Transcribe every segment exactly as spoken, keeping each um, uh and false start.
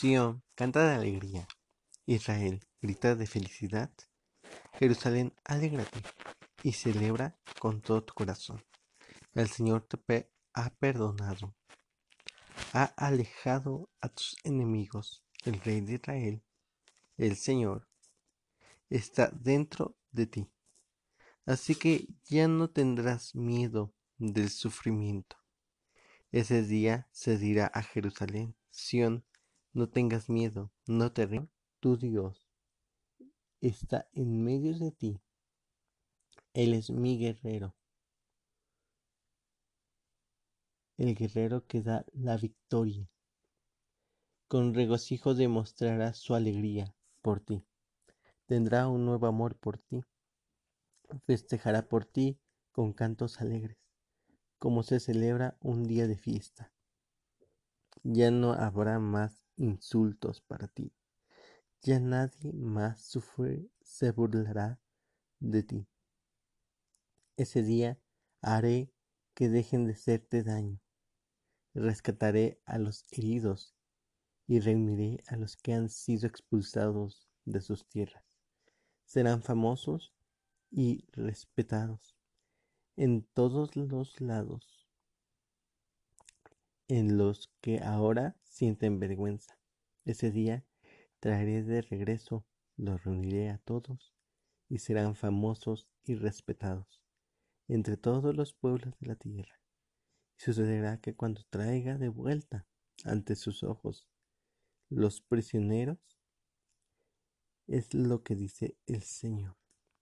Sión, canta de alegría. Israel, grita de felicidad. Jerusalén, alégrate y celebra con todo tu corazón. El Señor te pe- ha perdonado, ha alejado a tus enemigos. El Rey de Israel, el Señor, está dentro de ti. Así que ya no tendrás miedo del sufrimiento. Ese día se dirá a Jerusalén: Sión, no tengas miedo, no te rindas. Tu Dios está en medio de ti. Él es mi guerrero, el guerrero que da la victoria. Con regocijo demostrará su alegría por ti. Tendrá un nuevo amor por ti. Festejará por ti con cantos alegres, como se celebra un día de fiesta. Ya no habrá más insultos para ti. Ya nadie más sufre, se burlará de ti. Ese día haré que dejen de hacerte daño. Rescataré a los heridos y reuniré a los que han sido expulsados de sus tierras. Serán famosos y respetados en todos los lados, en los que ahora sienten vergüenza. Ese día traeré de regreso, los reuniré a todos y serán famosos y respetados entre todos los pueblos de la tierra. Y sucederá que cuando traiga de vuelta ante sus ojos los prisioneros, es lo que dice el Señor.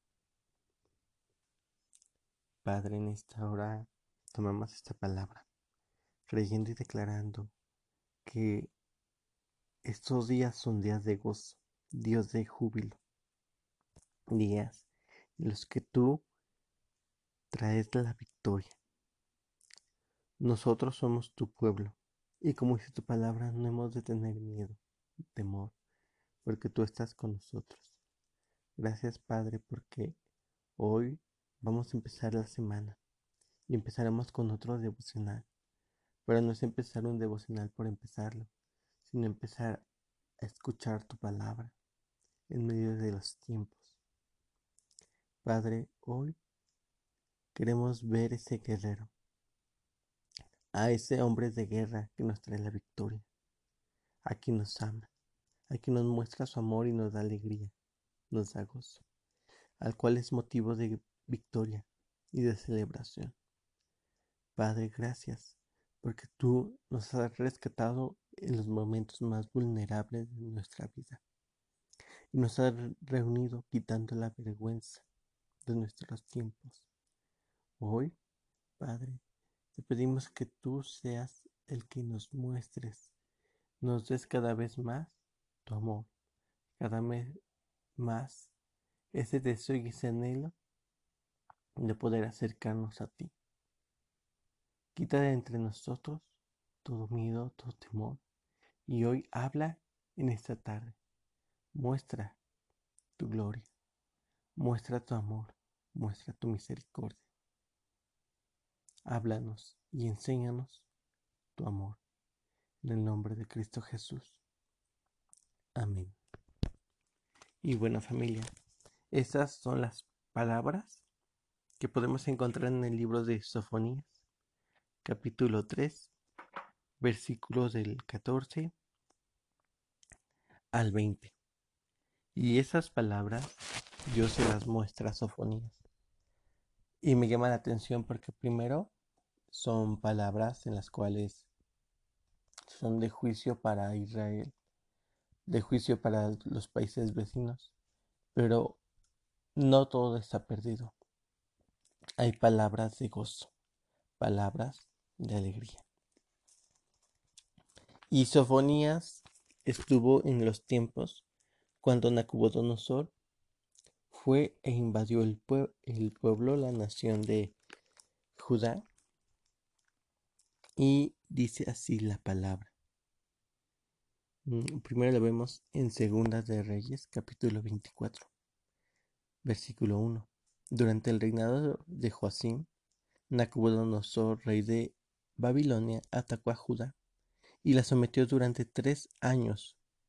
Padre, en esta hora tomamos esta palabra, creyendo y declarando que estos días son días de gozo, días de júbilo, días en los que tú traes la victoria. Nosotros somos tu pueblo y como dice tu palabra, no hemos de tener miedo, temor, porque tú estás con nosotros. Gracias, Padre, porque hoy vamos a empezar la semana y empezaremos con otro devocional. Pero no es empezar un devocional por empezarlo, sino empezar a escuchar tu palabra en medio de los tiempos. Padre, hoy queremos ver ese guerrero, a ese hombre de guerra que nos trae la victoria, a quien nos ama, a quien nos muestra su amor y nos da alegría, nos da gozo, al cual es motivo de victoria y de celebración. Padre, gracias, porque tú nos has rescatado en los momentos más vulnerables de nuestra vida y nos has reunido quitando la vergüenza de nuestros tiempos. Hoy, Padre, te pedimos que tú seas el que nos muestres, nos des cada vez más tu amor, cada vez más ese deseo y ese anhelo de poder acercarnos a ti. Quita de entre nosotros todo miedo, todo temor, y hoy habla en esta tarde. Muestra tu gloria, muestra tu amor, muestra tu misericordia. Háblanos y enséñanos tu amor. En el nombre de Cristo Jesús. Amén. Y buena familia, estas son las palabras que podemos encontrar en el libro de Sofonías, capítulo tres, versículos del catorce al veinte. Y esas palabras Dios se las muestra a Sofonías. Y me llama la atención porque primero son palabras en las cuales son de juicio para Israel, de juicio para los países vecinos, pero no todo está perdido. Hay palabras de gozo, palabras de alegría. Y Sofonías estuvo en los tiempos cuando Nabucodonosor fue e invadió el, pue- el pueblo, la nación de Judá, y dice así la palabra. Mm, Primero lo vemos en Segunda de Reyes, capítulo veinticuatro, versículo uno. Durante el reinado de Joacim, Nabucodonosor, rey de Babilonia, atacó a Judá y la sometió durante tres años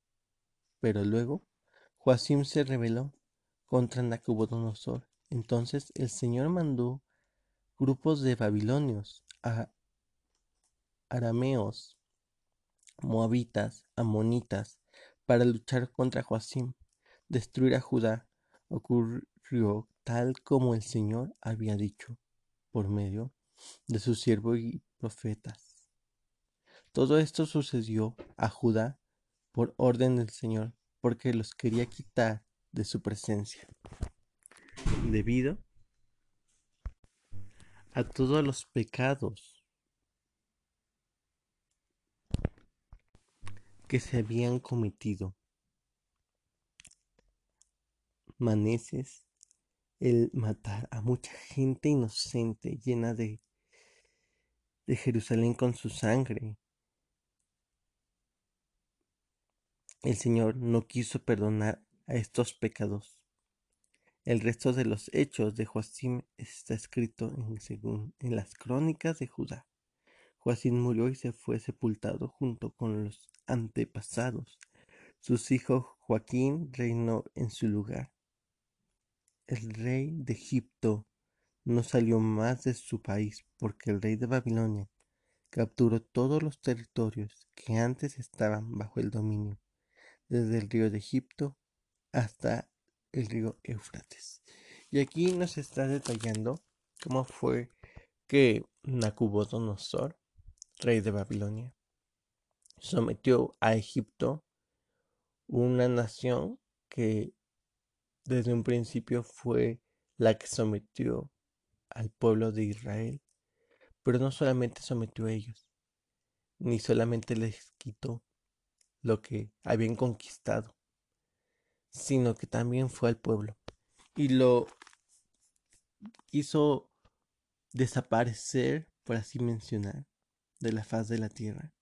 Pero luego Joacim se rebeló contra Nabucodonosor. Entonces el Señor mandó grupos de babilonios, a- arameos, moabitas, amonitas, para luchar contra Joacim, destruir a Judá. Ocurrió tal como el Señor había dicho por medio de sus siervos y profetas. Todo esto sucedió a Judá por orden del Señor, porque los quería quitar de su presencia, debido a todos los pecados que se habían cometido. Maneses, el matar a mucha gente inocente llena de, de Jerusalén con su sangre. El Señor no quiso perdonar a estos pecados. El resto de los hechos de Joacim está escrito en, según, en las crónicas de Judá. Joacim murió y se fue sepultado junto con los antepasados. Sus hijos Joaquín reinó en su lugar. El rey de Egipto no salió más de su país porque el rey de Babilonia capturó todos los territorios que antes estaban bajo el dominio, desde el río de Egipto hasta el río Éufrates. Y aquí nos está detallando cómo fue que Nabucodonosor, rey de Babilonia, sometió a Egipto, una nación que desde un principio fue la que sometió al pueblo de Israel, pero no solamente sometió a ellos, ni solamente les quitó lo que habían conquistado, sino que también fue al pueblo y lo hizo desaparecer, por así mencionar, de la faz de la tierra,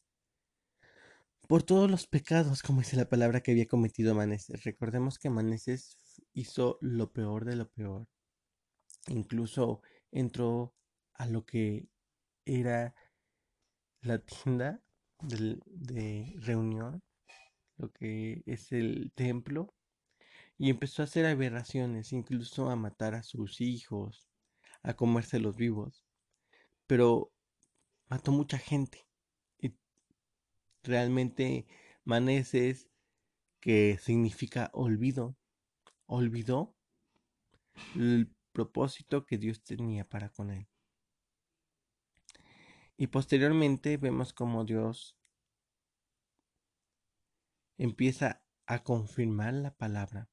por todos los pecados, como dice la palabra, que había cometido Maneses. Recordemos que Maneses hizo lo peor de lo peor. Incluso entró a lo que era la tienda del- de reunión, lo que es el templo, y empezó a hacer aberraciones, incluso a matar a sus hijos, a comérselos vivos. Pero mató mucha gente. Y realmente Maneses, que significa olvido, olvidó el propósito que Dios tenía para con él. Y posteriormente vemos cómo Dios empieza a confirmar la palabra.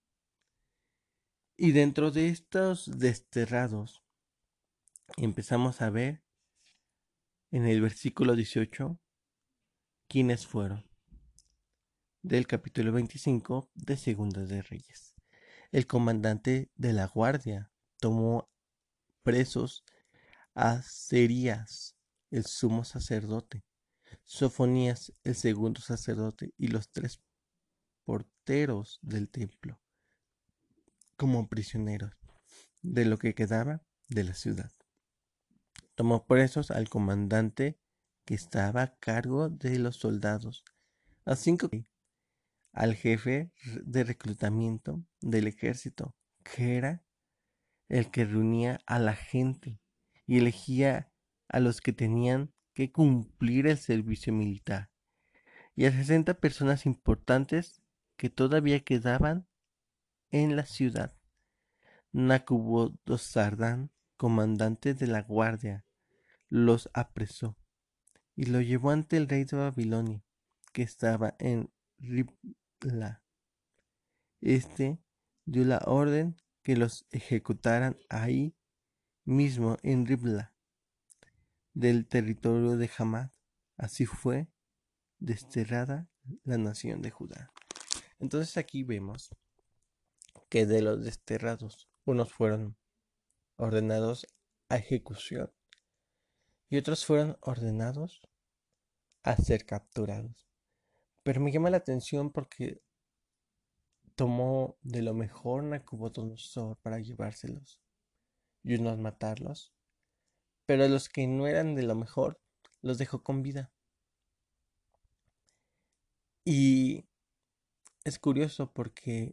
Y dentro de estos desterrados empezamos a ver en el versículo dieciocho quiénes fueron, del capítulo veinticinco de Segunda de Reyes. El comandante de la guardia tomó presos a Serías, el sumo sacerdote, Sofonías, el segundo sacerdote, y los tres porteros del templo, como prisioneros de lo que quedaba de la ciudad. Tomó presos al comandante que estaba a cargo de los soldados, a cinco, al jefe de reclutamiento del ejército, que era el que reunía a la gente y elegía a los que tenían que cumplir el servicio militar, y a sesenta personas importantes que todavía quedaban en la ciudad. Nacubodozardán, comandante de la guardia, los apresó y lo llevó ante el rey de Babilonia, que estaba en Ribla. Este dio la orden que los ejecutaran ahí mismo en Ribla, del territorio de Hamad. Así fue desterrada la nación de Judá. Entonces aquí vemos que de los desterrados, unos fueron ordenados a ejecución y otros fueron ordenados a ser capturados. Pero me llama la atención porque tomó de lo mejor Nabucodonosor para llevárselos y unos matarlos, pero los que no eran de lo mejor los dejó con vida. Y es curioso porque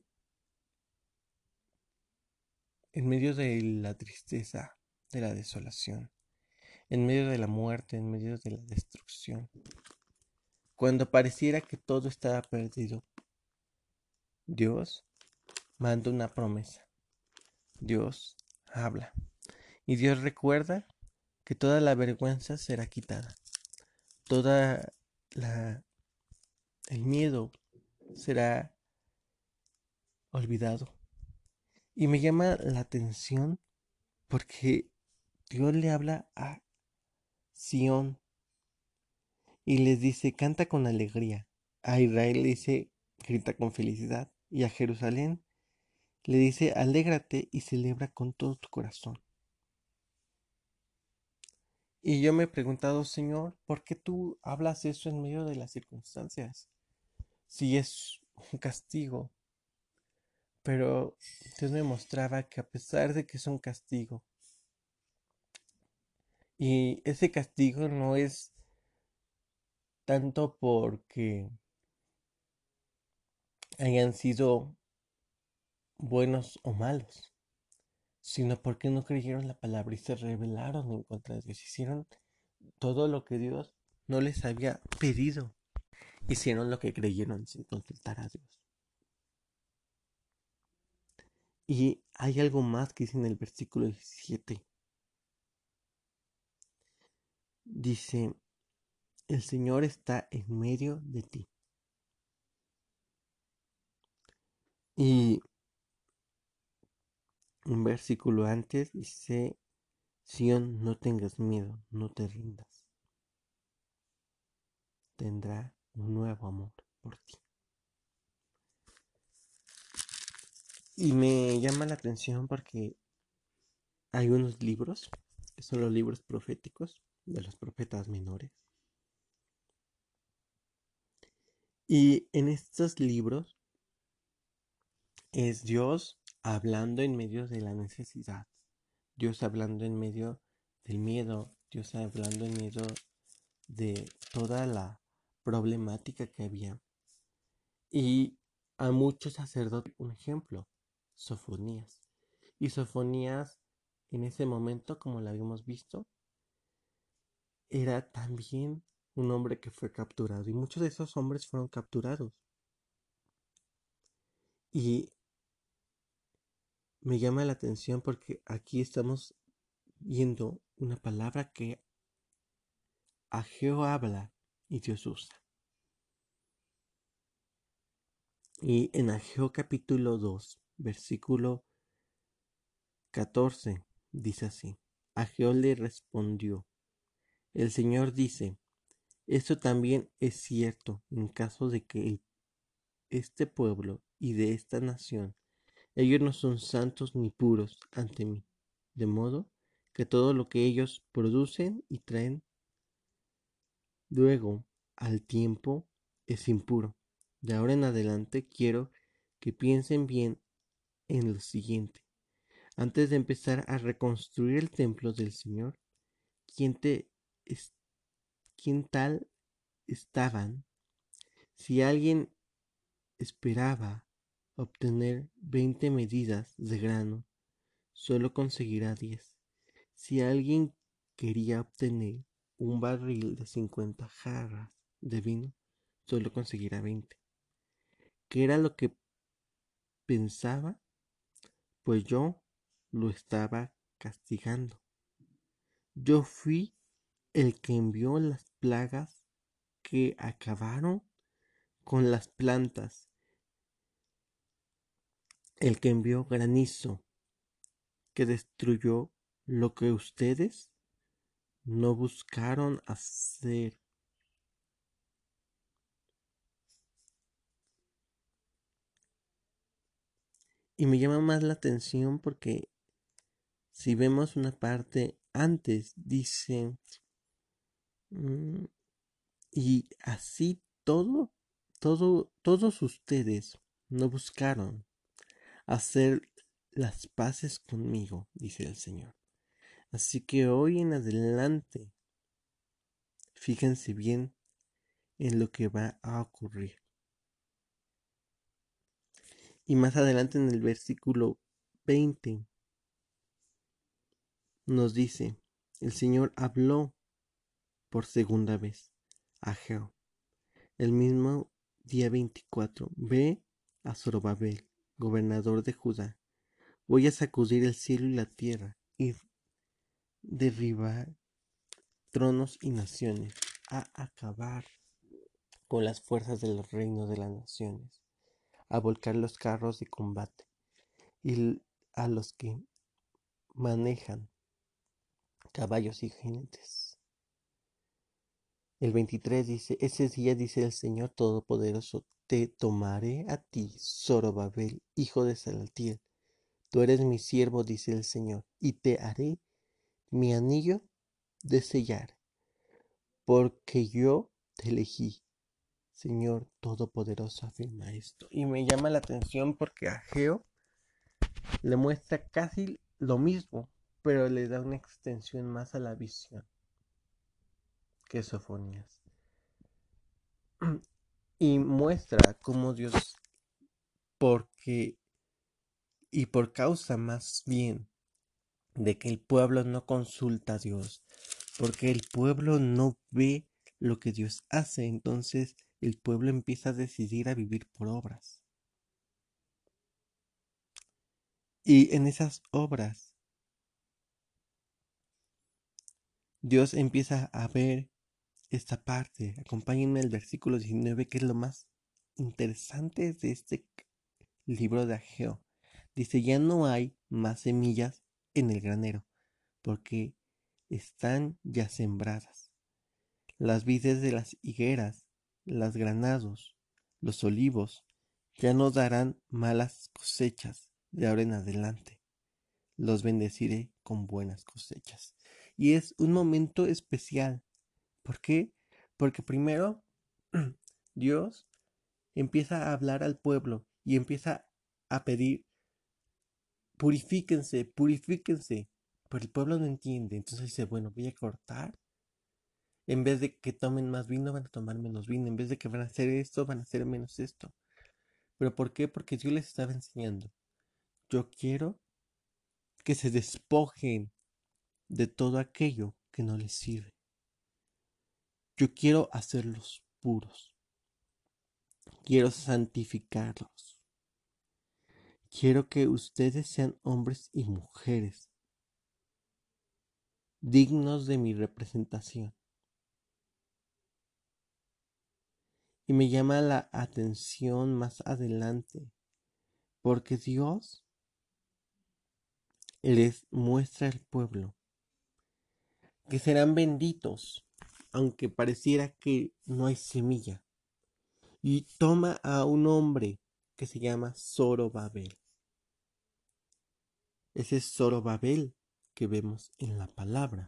en medio de la tristeza, de la desolación, en medio de la muerte, en medio de la destrucción, cuando pareciera que todo estaba perdido, Dios manda una promesa. Dios habla. Y Dios recuerda que toda la vergüenza será quitada. Toda la el miedo será olvidado. Y me llama la atención porque Dios le habla a Sión y les dice, canta con alegría. A Israel le dice, grita con felicidad. Y a Jerusalén le dice, alégrate y celebra con todo tu corazón. Y yo me he preguntado, Señor, ¿por qué tú hablas eso en medio de las circunstancias? Si es un castigo. Pero Dios me mostraba que a pesar de que es un castigo, y ese castigo no es tanto porque hayan sido buenos o malos, sino porque no creyeron la palabra y se rebelaron en contra de Dios. Hicieron todo lo que Dios no les había pedido. Hicieron lo que creyeron sin consultar a Dios. Y hay algo más que dice en el versículo diecisiete. Dice, el Señor está en medio de ti. Y un versículo antes dice, Sión, no tengas miedo, no te rindas. Tendrá un nuevo amor por ti. Y me llama la atención porque hay unos libros, que son los libros proféticos de los profetas menores. Y en estos libros es Dios hablando en medio de la necesidad, Dios hablando en medio del miedo, Dios hablando en medio de toda la problemática que había. Y a muchos sacerdotes, un ejemplo, Sofonías. Y Sofonías, en ese momento, como lo habíamos visto, era también un hombre que fue capturado. Y muchos de esos hombres fueron capturados. Y me llama la atención porque aquí estamos viendo una palabra que Ageo habla y Dios usa. Y en Ageo capítulo dos, versículo catorce, dice así. Ageo le respondió, el Señor dice, esto también es cierto en caso de que este pueblo y de esta nación, ellos no son santos ni puros ante mí, de modo que todo lo que ellos producen y traen luego al tiempo es impuro. De ahora en adelante quiero que piensen bien en lo siguiente. Antes de empezar a reconstruir el templo del Señor, ¿quién, te, es, quién tal estaban? Si alguien esperaba obtener veinte medidas de grano, solo conseguirá diez. Si alguien quería obtener un barril de cincuenta jarras de vino, solo conseguirá veinte. ¿Qué era lo que pensaba? Pues yo lo estaba castigando. Yo fui el que envió las plagas que acabaron con las plantas, el que envió granizo que destruyó lo que ustedes no buscaron hacer. Y me llama más la atención porque si vemos una parte antes, dice, mm, y así todo, todo, todos ustedes no buscaron hacer las paces conmigo, dice el Señor. Así que hoy en adelante, fíjense bien en lo que va a ocurrir. Y más adelante en el versículo veinte nos dice, el Señor habló por segunda vez a Ageo. El mismo día veinticuatro, ve a Zorobabel, gobernador de Judá. Voy a sacudir el cielo y la tierra y derribar tronos y naciones, a acabar con las fuerzas de los reinos de las naciones, a volcar los carros de combate y a los que manejan caballos y jinetes. El veintitrés dice, ese día dice el Señor Todopoderoso, te tomaré a ti, Zorobabel, hijo de Salatiel. Tú eres mi siervo, dice el Señor, y te haré mi anillo de sellar, porque yo te elegí. Señor Todopoderoso afirma esto. Y me llama la atención porque a Ageo le muestra casi lo mismo, pero le da una extensión más a la visión que Sofonías. Y muestra cómo Dios, porque y por causa más bien de que el pueblo no consulta a Dios, porque el pueblo no ve lo que Dios hace, entonces el pueblo empieza a decidir a vivir por obras. Y en esas obras, Dios empieza a ver esta parte. Acompáñenme al versículo diecinueve, que es lo más interesante de este libro de Ageo. Dice, ya no hay más semillas en el granero, porque están ya sembradas. Las vides de las higueras, los granados, los olivos, ya no darán malas cosechas de ahora en adelante. Los bendeciré con buenas cosechas. Y es un momento especial. ¿Por qué? Porque primero Dios empieza a hablar al pueblo y empieza a pedir, purifíquense, purifíquense. Pero el pueblo no entiende. Entonces dice, bueno, voy a cortar. En vez de que tomen más vino, van a tomar menos vino. En vez de que van a hacer esto, van a hacer menos esto. ¿Pero por qué? Porque Dios les estaba enseñando. Yo quiero que se despojen de todo aquello que no les sirve. Yo quiero hacerlos puros. Quiero santificarlos. Quiero que ustedes sean hombres y mujeres dignos de mi representación. Y me llama la atención más adelante, porque Dios les muestra al pueblo que serán benditos, aunque pareciera que no hay semilla. Y toma a un hombre que se llama Zorobabel. Ese es Zorobabel que vemos en la palabra.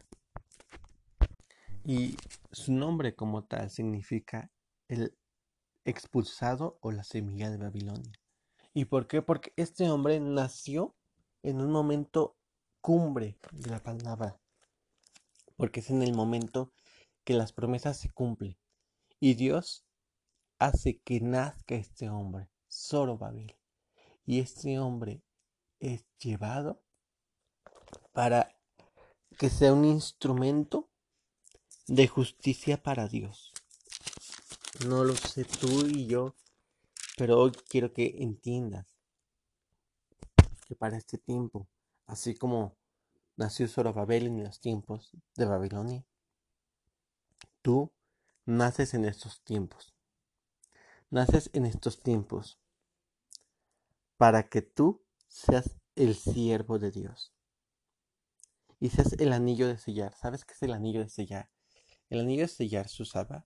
Y su nombre como tal significa el expulsado o la semilla de Babilonia. ¿Y por qué? Porque este hombre nació en un momento cumbre de la palabra. Porque es en el momento que las promesas se cumplen. Y Dios hace que nazca este hombre, Zorobabel. Y este hombre es llevado para que sea un instrumento de justicia para Dios. No lo sé tú y yo, pero hoy quiero que entiendas que para este tiempo, así como nació Zorobabel en los tiempos de Babilonia, tú naces en estos tiempos. Naces en estos tiempos para que tú seas el siervo de Dios y seas el anillo de sellar. ¿Sabes qué es el anillo de sellar? El anillo de sellar se usaba,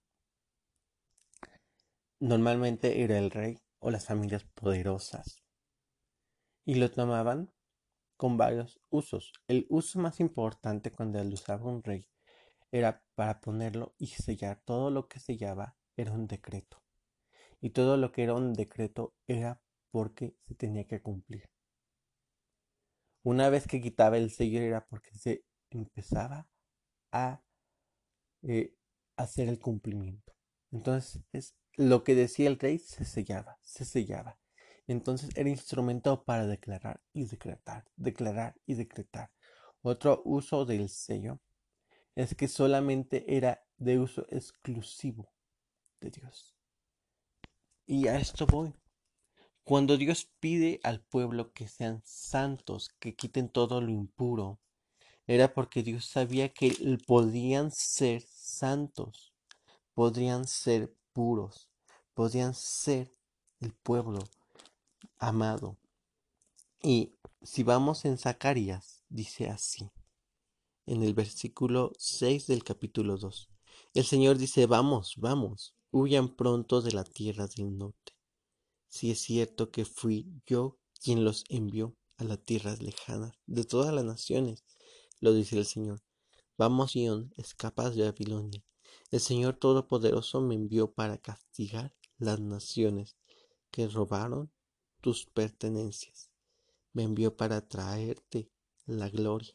normalmente era el rey o las familias poderosas, y lo tomaban con varios usos. El uso más importante cuando lo usaba un rey era para ponerlo y sellar. Todo lo que sellaba era un decreto. Y todo lo que era un decreto era porque se tenía que cumplir. Una vez que quitaba el sello era porque se empezaba a eh, hacer el cumplimiento. Entonces, es lo que decía el rey se sellaba, se sellaba. Entonces era instrumento para declarar y decretar, declarar y decretar. Otro uso del sello es que solamente era de uso exclusivo de Dios. Y a esto voy. Cuando Dios pide al pueblo que sean santos, que quiten todo lo impuro, era porque Dios sabía que podían ser santos, podrían ser puros, podían ser el pueblo amado. Y si vamos en Zacarías, dice así, en el versículo seis del capítulo dos. El Señor dice, vamos, vamos, huyan pronto de la tierra del norte. Si es cierto que fui yo quien los envió a las tierras lejanas de todas las naciones, lo dice el Señor. Vamos, Sión, escapas de Babilonia. El Señor Todopoderoso me envió para castigar las naciones que robaron tus pertenencias. Me envió para traerte la gloria.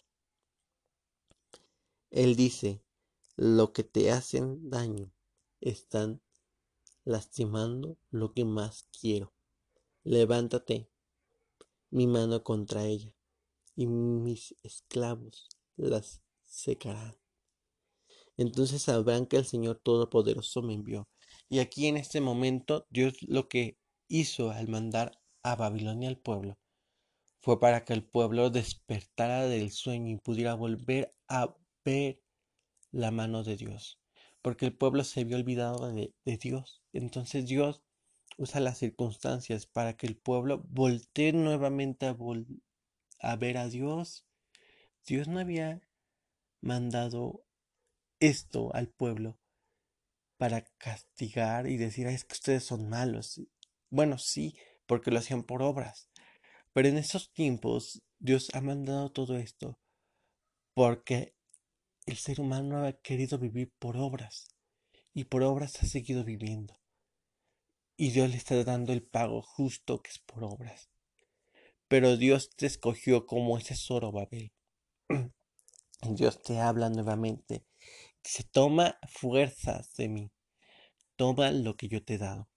Él dice, lo que te hacen daño están lastimando lo que más quiero. Levántate, mi mano contra ella, y mis esclavos las secarán. Entonces sabrán que el Señor Todopoderoso me envió. Y aquí en este momento Dios lo que hizo al mandar a Babilonia al pueblo fue para que el pueblo despertara del sueño y pudiera volver a ver la mano de Dios. Porque el pueblo se había olvidado de, de Dios. Entonces Dios usa las circunstancias para que el pueblo voltee nuevamente a, vol a ver a Dios. Dios no había mandado esto al pueblo para castigar y decir, es que ustedes son malos. Bueno, sí, porque lo hacían por obras. Pero en esos tiempos Dios ha mandado todo esto porque el ser humano ha querido vivir por obras y por obras ha seguido viviendo. Y Dios le está dando el pago justo que es por obras. Pero Dios te escogió como ese Zorobabel. Dios te habla nuevamente. Dice, toma fuerzas de mí. Toma lo que yo te he dado.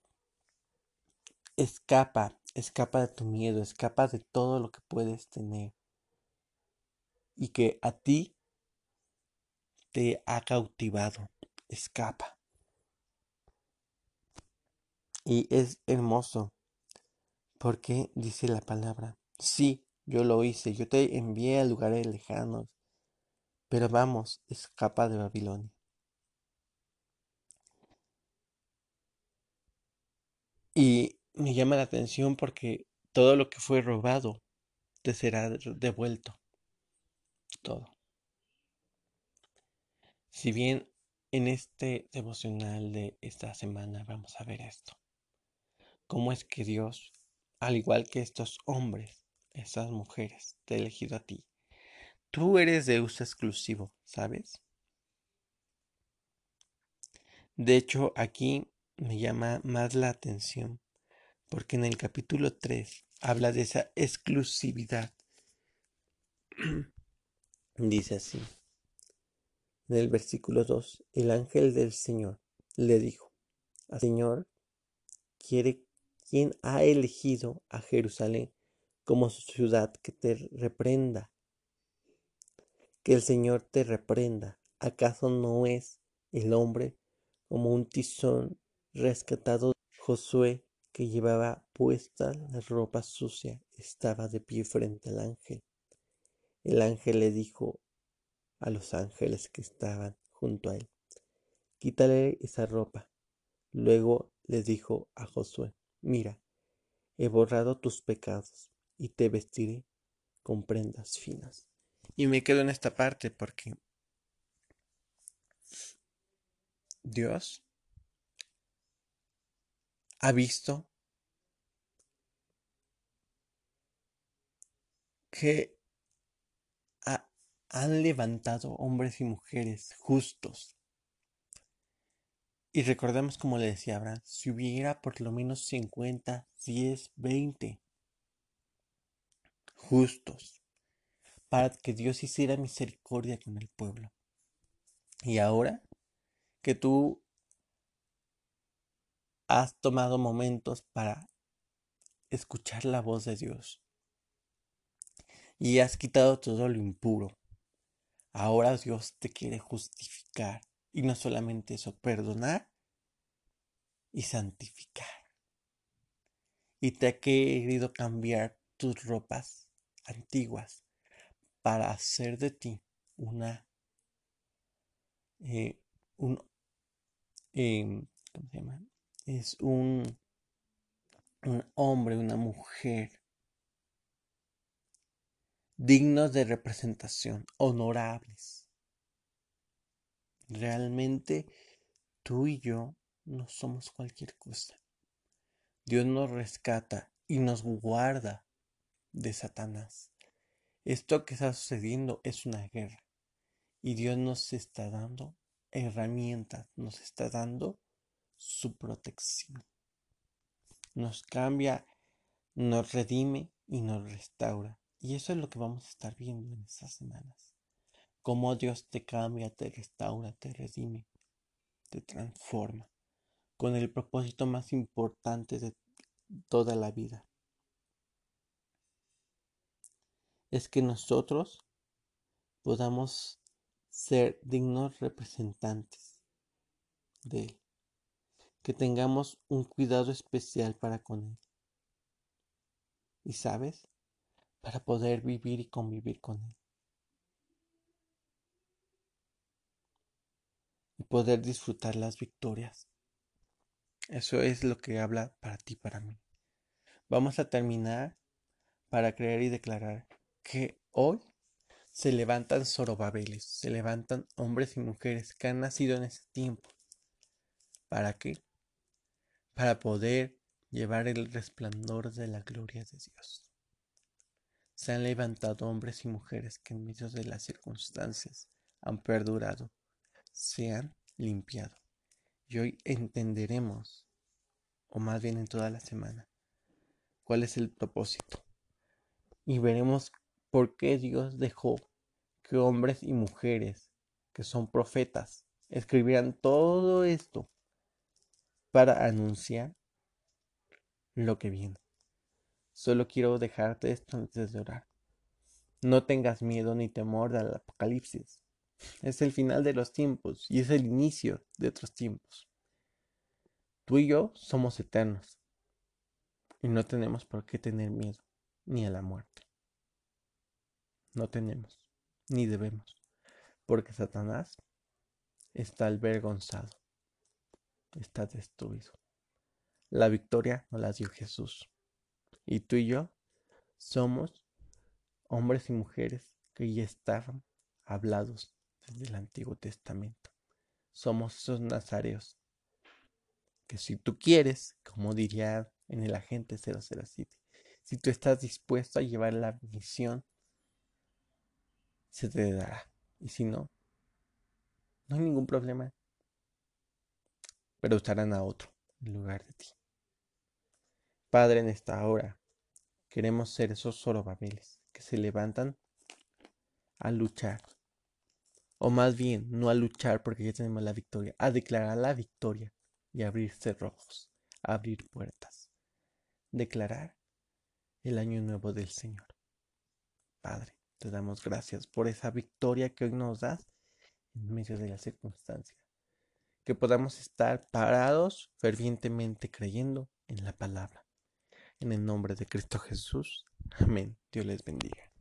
Escapa, escapa de tu miedo, escapa de todo lo que puedes tener y que a ti te ha cautivado. Escapa. Y es hermoso porque dice la palabra, sí, yo lo hice, yo te envié a lugares lejanos, pero vamos, escapa de Babilonia. Y me llama la atención porque todo lo que fue robado te será devuelto, todo. Si bien en este devocional de esta semana vamos a ver esto, cómo es que Dios, al igual que estos hombres, estas mujeres, te ha elegido a ti. Tú eres de uso exclusivo, ¿sabes? De hecho, aquí me llama más la atención porque en el capítulo tres habla de esa exclusividad. Dice así, en el versículo dos, el ángel del Señor le dijo, al Señor quiere quien ha elegido a Jerusalén como su ciudad que te reprenda, que el Señor te reprenda. ¿Acaso no es el hombre como un tizón rescatado? Josué, que llevaba puesta la ropa sucia, estaba de pie frente al ángel. El ángel le dijo a los ángeles que estaban junto a él, quítale esa ropa. Luego le dijo a Josué, mira, he borrado tus pecados y te vestiré con prendas finas. Y me quedo en esta parte porque Dios ha visto que ha- han levantado hombres y mujeres justos. Y recordemos como le decía Abraham, si hubiera por lo menos cincuenta, diez, veinte justos, para que Dios hiciera misericordia con el pueblo. Y ahora que tú has tomado momentos para escuchar la voz de Dios y has quitado todo lo impuro. Ahora Dios te quiere justificar y no solamente eso, perdonar y santificar. Y te ha querido cambiar tus ropas antiguas para hacer de ti una eh, un eh, ¿cómo se llama? Es un, un hombre, una mujer dignos de representación, honorables. Realmente tú y yo no somos cualquier cosa. Dios nos rescata y nos guarda de Satanás. Esto que está sucediendo es una guerra y Dios nos está dando herramientas, nos está dando su protección. Nos cambia, nos redime y nos restaura. Y eso es lo que vamos a estar viendo en estas semanas. Cómo Dios te cambia, te restaura, te redime, te transforma. Con el propósito más importante de toda la vida. Es que nosotros podamos ser dignos representantes de Él. Que tengamos un cuidado especial para con Él. Y sabes, para poder vivir y convivir con Él. Y poder disfrutar las victorias. Eso es lo que habla para ti, para mí. Vamos a terminar para creer y declarar que hoy se levantan Zorobabeles, se levantan hombres y mujeres que han nacido en ese tiempo. ¿Para qué? Para poder llevar el resplandor de la gloria de Dios. Se han levantado hombres y mujeres que en medio de las circunstancias han perdurado, se han limpiado. Y hoy entenderemos, o más bien en toda la semana, cuál es el propósito. Y veremos por qué Dios dejó que hombres y mujeres que son profetas escribieran todo esto para anunciar lo que viene. Solo quiero dejarte esto antes de orar. No tengas miedo ni temor del apocalipsis. Es el final de los tiempos y es el inicio de otros tiempos. Tú y yo somos eternos y no tenemos por qué tener miedo ni a la muerte. No tenemos, ni debemos, porque Satanás está avergonzado, está destruido. La victoria nos la dio Jesús. Y tú y yo somos hombres y mujeres que ya estaban hablados desde el Antiguo Testamento. Somos esos nazareos que si tú quieres, como diría en el agente cero cero siete, si tú estás dispuesto a llevar la misión, se te dará. Y si no, no hay ningún problema. Pero usarán a otro en lugar de ti. Padre, en esta hora queremos ser esos Zorobabeles que se levantan a luchar. O más bien, no a luchar porque ya tenemos la victoria, a declarar la victoria y abrir cerrojos, abrir puertas. Declarar el año nuevo del Señor. Padre, te damos gracias por esa victoria que hoy nos das en medio de la circunstancia. Que podamos estar parados fervientemente creyendo en la palabra. En el nombre de Cristo Jesús. Amén. Dios les bendiga.